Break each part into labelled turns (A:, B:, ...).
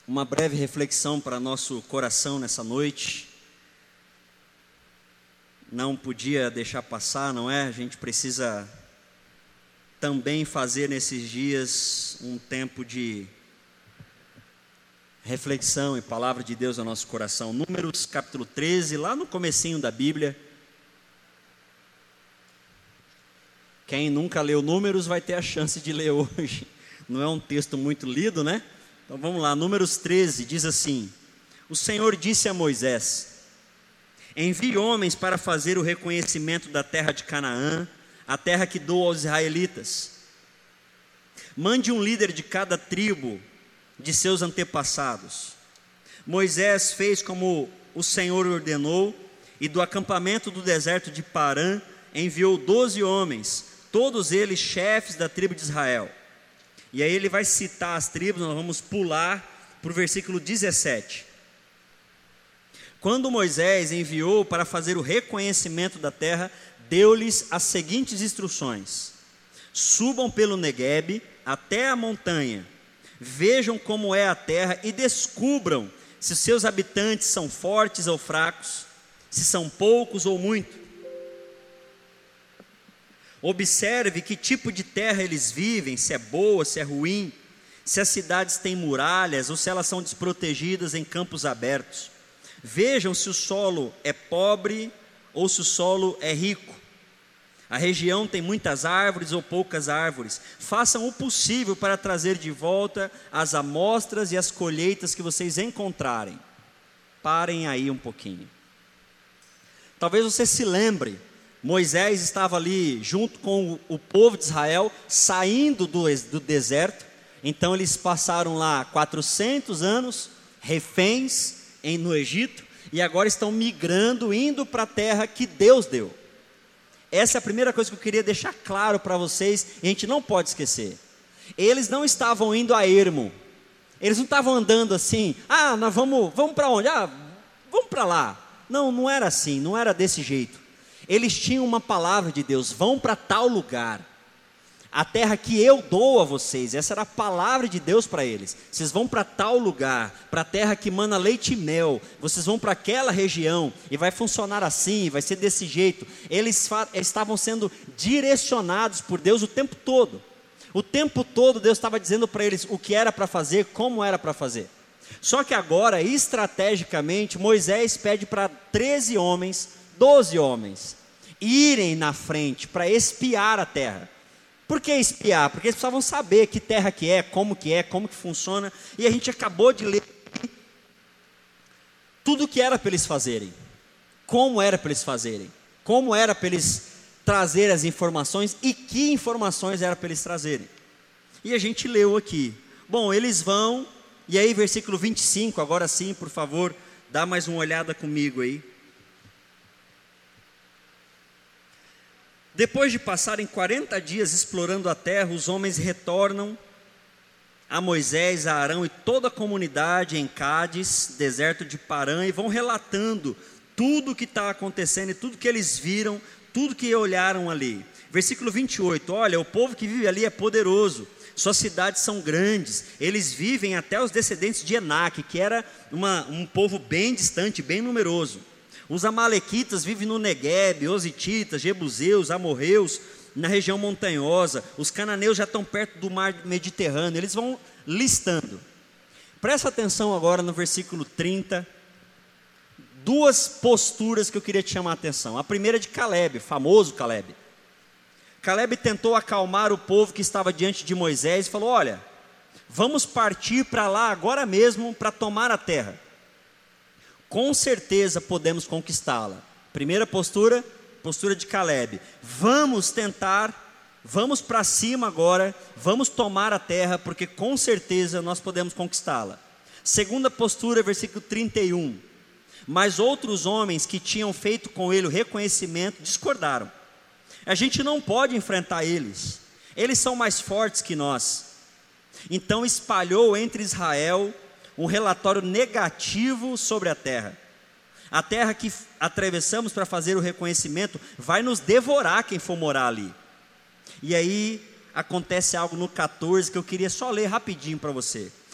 A: Uma breve reflexão para nosso coração nessa noite. Não podia deixar passar, não é? A gente precisa também fazer nesses dias um tempo de reflexão e palavra de Deus no nosso coração. Números capítulo 13, lá no comecinho da Bíblia. Quem nunca leu Números vai ter a chance de ler hoje. Não é um texto muito lido, né? Então vamos lá, Números 13 diz assim: O Senhor disse a Moisés: Envie homens para fazer o reconhecimento da terra de Canaã, a terra que dou aos israelitas. Mande um líder de cada tribo de seus antepassados. Moisés fez como o Senhor ordenou, e do acampamento do deserto de Parã enviou 12 homens, todos eles chefes da tribo de Israel. E aí ele vai citar as tribos, nós vamos pular para o versículo 17. Quando Moisés enviou para fazer o reconhecimento da terra, deu-lhes as seguintes instruções: subam pelo Neguebe até a montanha, vejam como é a terra e descubram se seus habitantes são fortes ou fracos, se são poucos ou muitos. Observe que tipo de terra eles vivem, se é boa, se é ruim, se as cidades têm muralhas ou se elas são desprotegidas em campos abertos. Vejam se o solo é pobre ou se o solo é rico. A região tem muitas árvores ou poucas árvores. Façam o possível para trazer de volta as amostras e as colheitas que vocês encontrarem. Parem aí um pouquinho. Talvez você se lembre, Moisés estava ali junto com o povo de Israel, saindo do deserto. Então eles passaram lá 400 anos, reféns no Egito, e agora estão migrando, indo para a terra que Deus deu. Essa é a primeira coisa que eu queria deixar claro para vocês, e a gente não pode esquecer. Eles não estavam indo a ermo, eles não estavam andando assim, nós vamos para onde? Vamos para lá. Não era assim, não era desse jeito. Eles tinham uma palavra de Deus: vão para tal lugar, a terra que eu dou a vocês. Essa era a palavra de Deus para eles. Vocês vão para tal lugar, para a terra que mana leite e mel. Vocês vão para aquela região e vai funcionar assim, vai ser desse jeito. Eles estavam sendo direcionados por Deus o tempo todo. O tempo todo Deus estava dizendo para eles o que era para fazer, como era para fazer. Só que agora, estrategicamente, Moisés pede para 13 homens, 12 homens, irem na frente para espiar a terra. Por que espiar? Porque eles precisavam saber que terra que é, como que funciona. E a gente acabou de ler tudo o que era para eles fazerem, como era para eles fazerem, como era para eles trazerem as informações e que informações era para eles trazerem. E a gente leu aqui. Bom, eles vão, e aí versículo 25, agora sim, por favor, dá mais uma olhada comigo aí. Depois de passarem 40 dias explorando a terra, os homens retornam a Moisés, a Arão e toda a comunidade em Cádiz, deserto de Parã, e vão relatando tudo o que está acontecendo e tudo que eles viram, tudo que olharam ali. Versículo 28, olha, o povo que vive ali é poderoso, suas cidades são grandes, eles vivem até os descendentes de Enaque, que era um povo bem distante, bem numeroso. Os amalequitas vivem no Neguebe, os hititas, jebuseus, amorreus, na região montanhosa. Os cananeus já estão perto do mar Mediterrâneo. Eles vão listando. Presta atenção agora no versículo 30. Duas posturas que eu queria te chamar a atenção. A primeira é de Caleb, famoso Caleb. Caleb tentou acalmar o povo que estava diante de Moisés e falou: olha, vamos partir para lá agora mesmo para tomar a terra. Com certeza podemos conquistá-la. Primeira postura, postura de Caleb. Vamos tentar, vamos para cima agora, vamos tomar a terra, porque com certeza nós podemos conquistá-la. Segunda postura, versículo 31. Mas outros homens que tinham feito com ele o reconhecimento discordaram. A gente não pode enfrentar eles, eles são mais fortes que nós. Então espalhou entre Israel um relatório negativo sobre a terra. A terra que atravessamos para fazer o reconhecimento vai nos devorar quem for morar ali. E aí acontece algo no 14 que eu queria só ler rapidinho para você.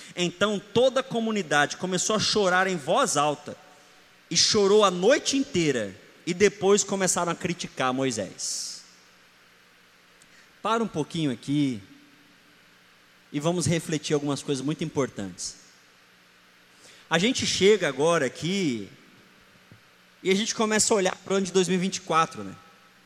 A: Então toda a comunidade começou a chorar em voz alta, e chorou a noite inteira, e depois começaram a criticar Moisés. Para um pouquinho aqui, e vamos refletir algumas coisas muito importantes. A gente chega agora aqui, e a gente começa a olhar para o ano de 2024, né?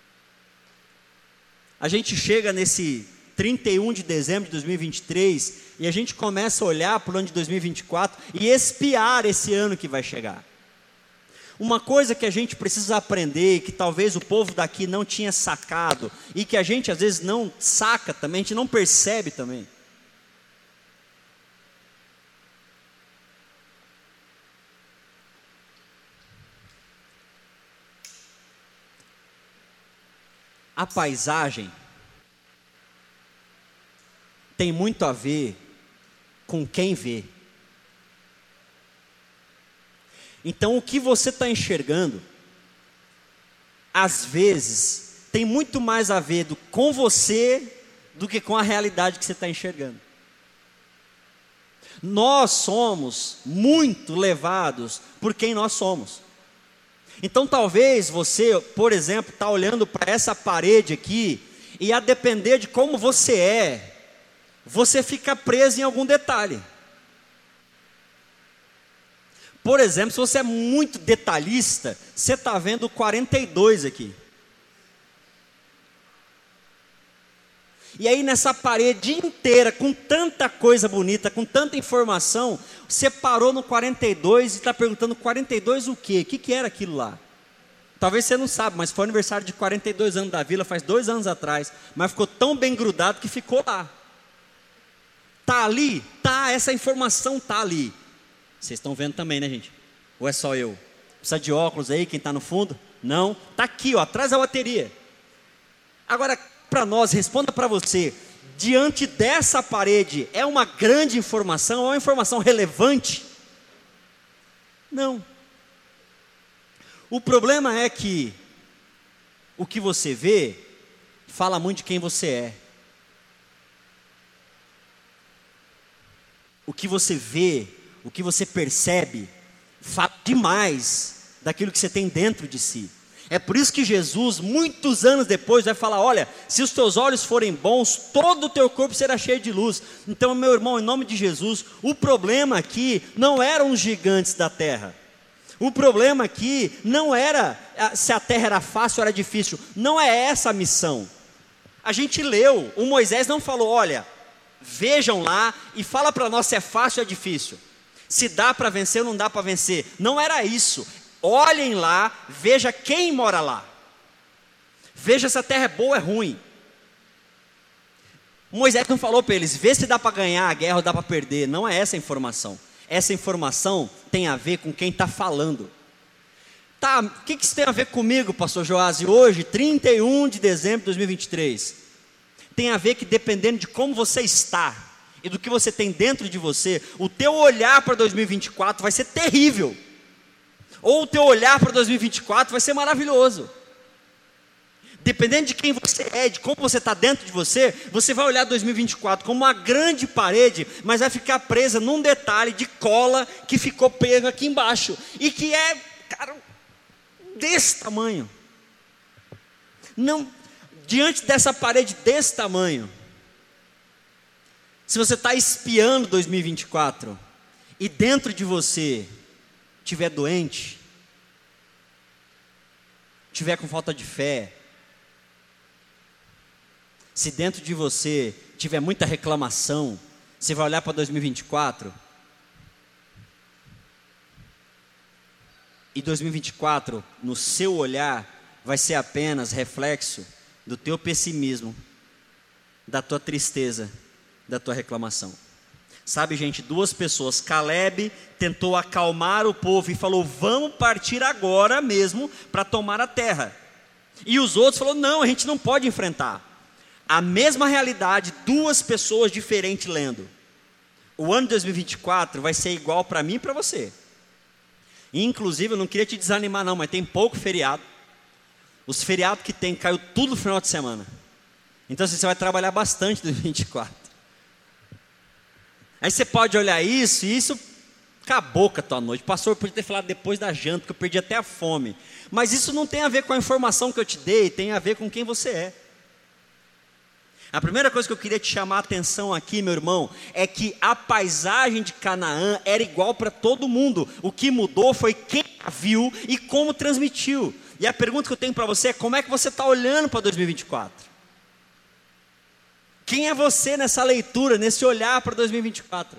A: A gente chega nesse 31 de dezembro de 2023, e a gente começa a olhar para o ano de 2024 e espiar esse ano que vai chegar. Uma coisa que a gente precisa aprender, que talvez o povo daqui não tinha sacado, e que a gente às vezes não saca também, a gente não percebe também. A paisagem tem muito a ver com quem vê. Então, o que você está enxergando, às vezes, tem muito mais a ver com você do que com a realidade que você está enxergando. Nós somos muito levados por quem nós somos. Então, talvez você, por exemplo, está olhando para essa parede aqui, e a depender de como você é, você fica preso em algum detalhe. Por exemplo, se você é muito detalhista, você está vendo o 42 aqui. E aí nessa parede inteira, com tanta coisa bonita, com tanta informação, você parou no 42 e está perguntando, 42 o quê? O que era aquilo lá? Talvez você não saiba, mas foi aniversário de 42 anos da vila, faz 2 anos atrás, mas ficou tão bem grudado que ficou lá. Está ali? Tá, essa informação está ali. Vocês estão vendo também, né, gente? Ou é só eu? Precisa de óculos aí, quem está no fundo? Não, está aqui, ó, atrás da bateria. Agora, para nós, responda para você, diante dessa parede, é uma grande informação, é uma informação relevante? Não. O problema é que o que você vê, fala muito de quem você é. O que você vê, o que você percebe, fala demais daquilo que você tem dentro de si. É por isso que Jesus, muitos anos depois, vai falar, olha, se os teus olhos forem bons, todo o teu corpo será cheio de luz. Então, meu irmão, em nome de Jesus, o problema aqui não eram os gigantes da terra. O problema aqui não era se a terra era fácil ou era difícil. Não é essa a missão. A gente leu, o Moisés não falou, olha, vejam lá e fala para nós se é fácil ou é difícil. Se dá para vencer ou não dá para vencer. Não era isso. Olhem lá, veja quem mora lá. Veja se a terra é boa ou é ruim. Moisés não falou para eles, vê se dá para ganhar a guerra ou dá para perder. Não é essa a informação. Essa informação tem a ver com quem está falando. Tá, o que isso tem a ver comigo, pastor Joás? Hoje, 31 de dezembro de 2023. Tem a ver que dependendo de como você está e do que você tem dentro de você, o teu olhar para 2024 vai ser terrível. Ou o teu olhar para 2024 vai ser maravilhoso. Dependendo de quem você é, de como você está dentro de você, você vai olhar 2024 como uma grande parede, mas vai ficar presa num detalhe de cola que ficou pego aqui embaixo. E que é, cara, desse tamanho. Não, diante dessa parede desse tamanho, se você está espiando 2024 e dentro de você estiver doente, estiver com falta de fé, se dentro de você tiver muita reclamação, você vai olhar para 2024 e 2024 no seu olhar vai ser apenas reflexo do teu pessimismo, da tua tristeza, da tua reclamação. Sabe, gente, 2 pessoas, Caleb tentou acalmar o povo e falou, vamos partir agora mesmo para tomar a terra. E os outros falaram, não, a gente não pode enfrentar. A mesma realidade, 2 pessoas diferentes lendo. O ano de 2024 vai ser igual para mim e para você. Inclusive, eu não queria te desanimar não, mas tem pouco feriado. Os feriados que tem, caiu tudo no final de semana. Então, assim, você vai trabalhar bastante em 2024. Aí você pode olhar isso e isso acabou com a tua noite. O pastor podia ter falado depois da janta, que eu perdi até a fome. Mas isso não tem a ver com a informação que eu te dei, tem a ver com quem você é. A primeira coisa que eu queria te chamar a atenção aqui, meu irmão, é que a paisagem de Canaã era igual para todo mundo. O que mudou foi quem a viu e como transmitiu. E a pergunta que eu tenho para você é: como é que você está olhando para 2024? Quem é você nessa leitura, nesse olhar para 2024?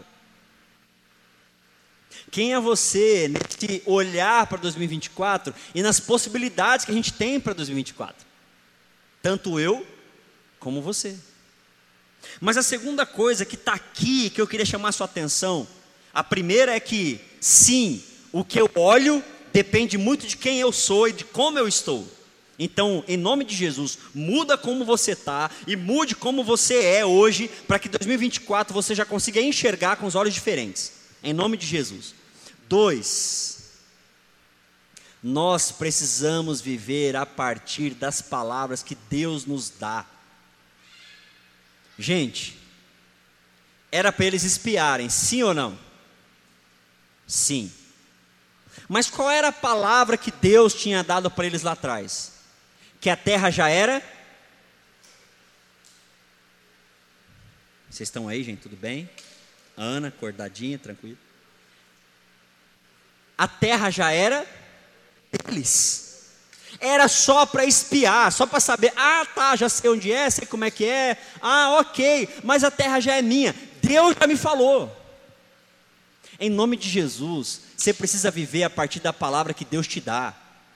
A: Quem é você nesse olhar para 2024 e nas possibilidades que a gente tem para 2024? Tanto eu como você. Mas a segunda coisa que está aqui, que eu queria chamar a sua atenção, a primeira é que, sim, o que eu olho depende muito de quem eu sou e de como eu estou. Então, em nome de Jesus, muda como você está e mude como você é hoje, para que 2024 você já consiga enxergar com os olhos diferentes. Em nome de Jesus. 2, nós precisamos viver a partir das palavras que Deus nos dá. Gente, era para eles espiarem, sim ou não? Sim. Mas qual era a palavra que Deus tinha dado para eles lá atrás? Que a terra já era? Vocês estão aí, gente? Tudo bem? Ana, acordadinha, tranquilo. A terra já era deles. Era só para espiar, só para saber, tá, já sei onde é, sei como é que é, ok, mas a terra já é minha, Deus já me falou. Em nome de Jesus, você precisa viver a partir da palavra que Deus te dá.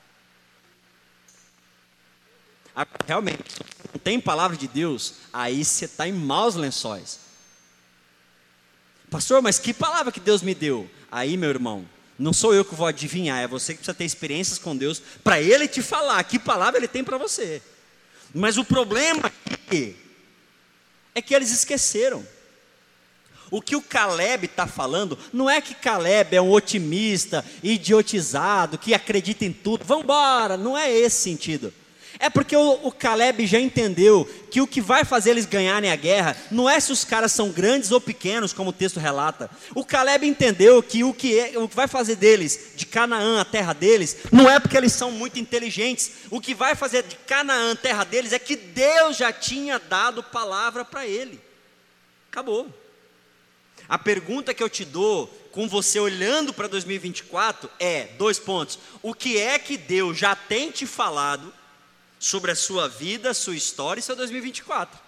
A: Realmente, se não tem palavra de Deus, aí você está em maus lençóis. Pastor, mas que palavra que Deus me deu? Aí, meu irmão, não sou eu que vou adivinhar, é você que precisa ter experiências com Deus, para Ele te falar que palavra Ele tem para você. Mas o problema aqui é que eles esqueceram. O que o Caleb está falando, não é que Caleb é um otimista, idiotizado, que acredita em tudo, vamos embora, não é esse sentido. É porque o Caleb já entendeu que o que vai fazer eles ganharem a guerra não é se os caras são grandes ou pequenos, como o texto relata. O Caleb entendeu que o que vai fazer deles, de Canaã a terra deles, não é porque eles são muito inteligentes. O que vai fazer de Canaã a terra deles é que Deus já tinha dado palavra para ele. Acabou. A pergunta que eu te dou, com você olhando para 2024, é 2 pontos. O que é que Deus já tem te falado sobre a sua vida, sua história e seu 2024.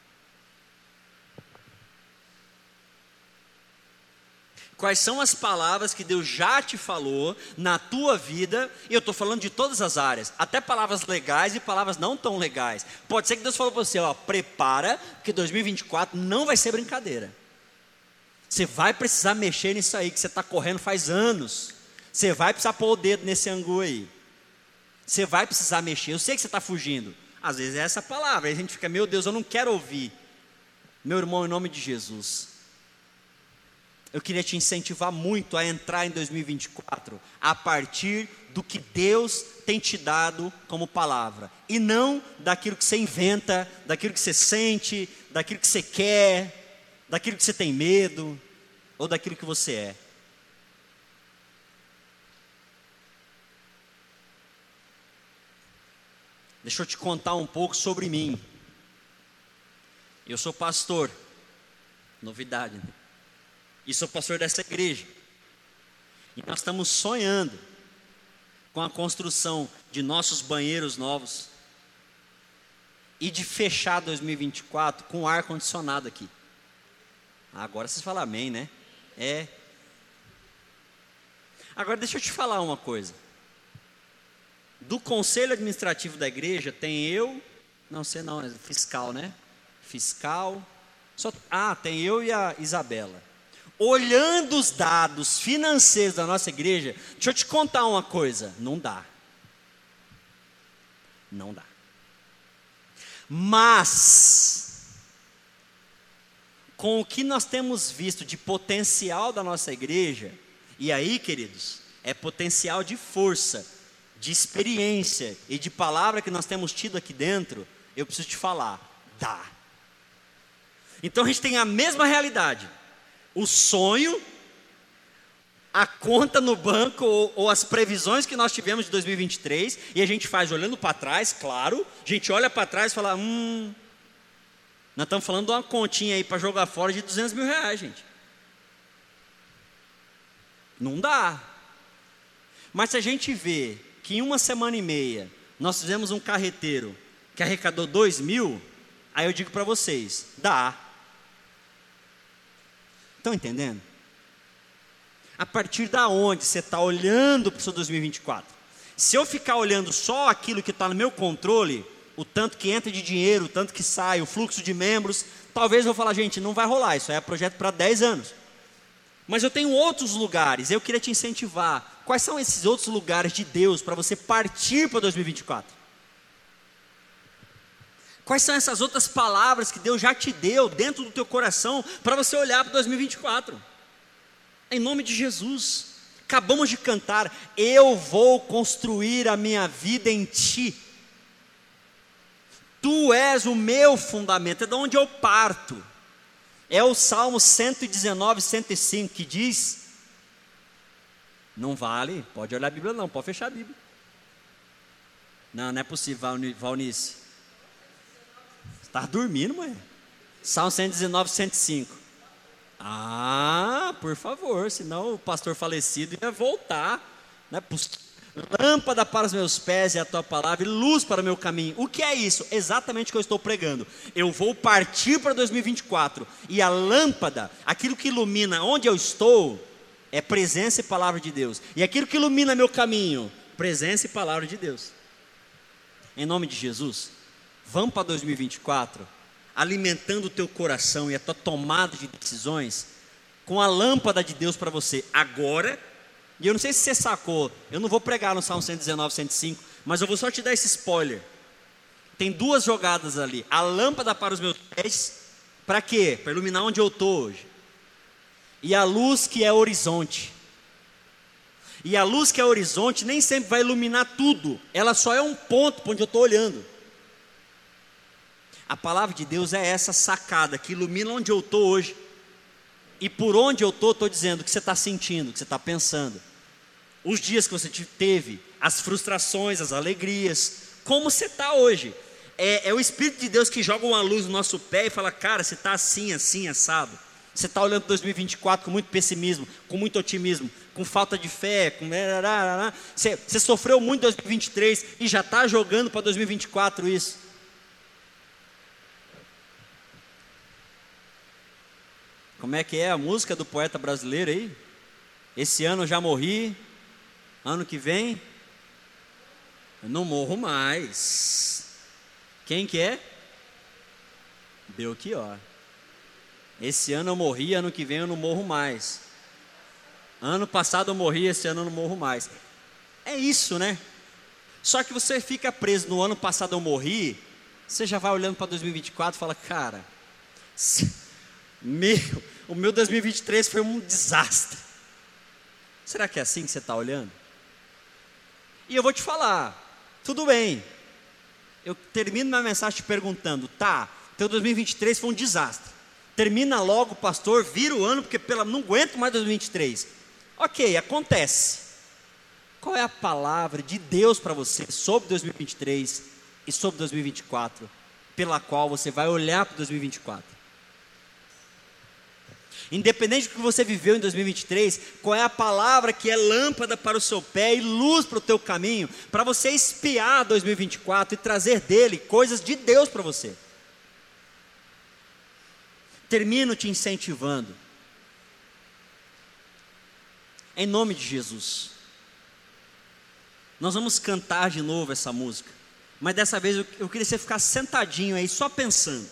A: Quais são as palavras que Deus já te falou na tua vida? E eu estou falando de todas as áreas, até palavras legais e palavras não tão legais. Pode ser que Deus falou para você, prepara, porque 2024 não vai ser brincadeira. Você vai precisar mexer nisso aí, que você está correndo faz anos. Você vai precisar pôr o dedo nesse ângulo aí. Você vai precisar mexer, eu sei que você está fugindo. Às vezes é essa palavra, aí a gente fica, meu Deus, eu não quero ouvir. Meu irmão, em nome de Jesus, eu queria te incentivar muito a entrar em 2024 a partir do que Deus tem te dado como palavra, e não daquilo que você inventa, daquilo que você sente, daquilo que você quer, daquilo que você tem medo, ou daquilo que você é. Deixa eu te contar um pouco sobre mim. Eu sou pastor, novidade, né? E sou pastor dessa igreja. E nós estamos sonhando com a construção de nossos banheiros novos e de fechar 2024 com ar condicionado aqui. Agora vocês falam amém, né? Agora deixa eu te falar uma coisa. Do conselho administrativo da igreja tem eu, não sei não, é fiscal, né? Fiscal, tem eu e a Isabela. Olhando os dados financeiros da nossa igreja, deixa eu te contar uma coisa, não dá. Não dá. Mas, com o que nós temos visto de potencial da nossa igreja, e aí, queridos, é potencial de força, de experiência e de palavra que nós temos tido aqui dentro, eu preciso te falar, dá. Então a gente tem a mesma realidade, o sonho, a conta no banco ou as previsões que nós tivemos de 2023, e a gente faz olhando para trás, claro, a gente olha para trás e fala, nós estamos falando de uma continha aí para jogar fora de 200 mil reais, gente. Não dá. Mas se a gente vê que em 1 semana e meia, nós fizemos um carreteiro que arrecadou 2 mil, aí eu digo para vocês, dá. Estão entendendo? A partir da onde você está olhando para o seu 2024? Se eu ficar olhando só aquilo que está no meu controle, o tanto que entra de dinheiro, o tanto que sai, o fluxo de membros, talvez eu falar, gente, não vai rolar, isso aí é projeto para 10 anos. Mas eu tenho outros lugares, eu queria te incentivar. Quais são esses outros lugares de Deus para você partir para 2024? Quais são essas outras palavras que Deus já te deu dentro do teu coração para você olhar para 2024? Em nome de Jesus. Acabamos de cantar, eu vou construir a minha vida em ti. Tu és o meu fundamento, é de onde eu parto. É o Salmo 119, 105 que diz, não vale, pode olhar a Bíblia não, pode fechar a Bíblia. Não é possível, Valnice. Você está dormindo, mãe? Salmo 119, 105. Por favor, senão o pastor falecido ia voltar, né? Lâmpada para os meus pés é a tua palavra e luz para o meu caminho. O que é isso? Exatamente o que eu estou pregando. Eu vou partir para 2024 e a lâmpada, aquilo que ilumina onde eu estou, é presença e palavra de Deus. E aquilo que ilumina meu caminho, presença e palavra de Deus. Em nome de Jesus, vamos para 2024 alimentando o teu coração e a tua tomada de decisões com a lâmpada de Deus para você agora. E eu não sei se você sacou, eu não vou pregar no Salmo 119, 105, mas eu vou só te dar esse spoiler. Tem 2 jogadas ali. A lâmpada para os meus pés, para quê? Para iluminar onde eu estou hoje. E a luz que é horizonte. E a luz que é horizonte nem sempre vai iluminar tudo. Ela só é um ponto para onde eu estou olhando. A palavra de Deus é essa sacada que ilumina onde eu estou hoje. E por onde eu estou dizendo o que você está sentindo, o que você está pensando. Os dias que você teve, as frustrações, as alegrias, como você está hoje. É o Espírito de Deus que joga uma luz no nosso pé e fala, cara, você está assim, assim, assado. Você está olhando para 2024 com muito pessimismo, com muito otimismo, com falta de fé, você sofreu muito em 2023 e já está jogando para 2024 isso. Como é que é a música do poeta brasileiro aí? Esse ano eu já morri, ano que vem eu não morro mais. Quem que é? Belchior. Esse ano eu morri, ano que vem eu não morro mais. Ano passado eu morri, esse ano eu não morro mais. É isso, né? Só que você fica preso no ano passado eu morri, você já vai olhando para 2024 e fala, cara, o meu 2023 foi um desastre. Será que é assim que você está olhando? E eu vou te falar, tudo bem. Eu termino minha mensagem te perguntando, teu 2023 foi um desastre. Termina logo, pastor, vira o ano, porque não aguento mais 2023. Ok, acontece. Qual é a palavra de Deus para você sobre 2023 e sobre 2024, pela qual você vai olhar para 2024? Independente do que você viveu em 2023, qual é a palavra que é lâmpada para o seu pé e luz para o teu caminho, para você espiar 2024 e trazer dele coisas de Deus para você? Termino te incentivando, em nome de Jesus. Nós vamos cantar de novo essa música, mas dessa vez eu queria que você ficasse sentadinho aí, só pensando.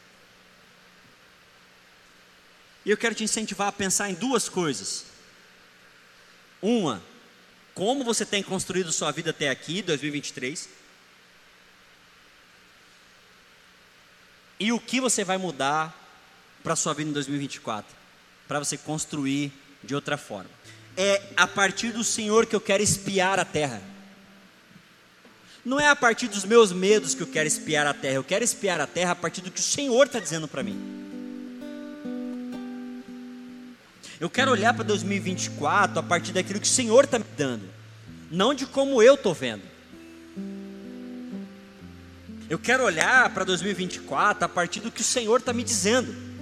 A: E eu quero te incentivar a pensar em 2 coisas. Uma, como você tem construído sua vida até aqui, 2023. E o que você vai mudar para a sua vida em 2024, para você construir de outra forma. É a partir do Senhor que eu quero espiar a terra. Não é a partir dos meus medos que eu quero espiar a terra. Eu quero espiar a terra a partir do que o Senhor está dizendo para mim. Eu quero olhar para 2024 a partir daquilo que o Senhor está me dando, não de como eu estou vendo. Eu quero olhar para 2024 a partir do que o Senhor está me dizendo.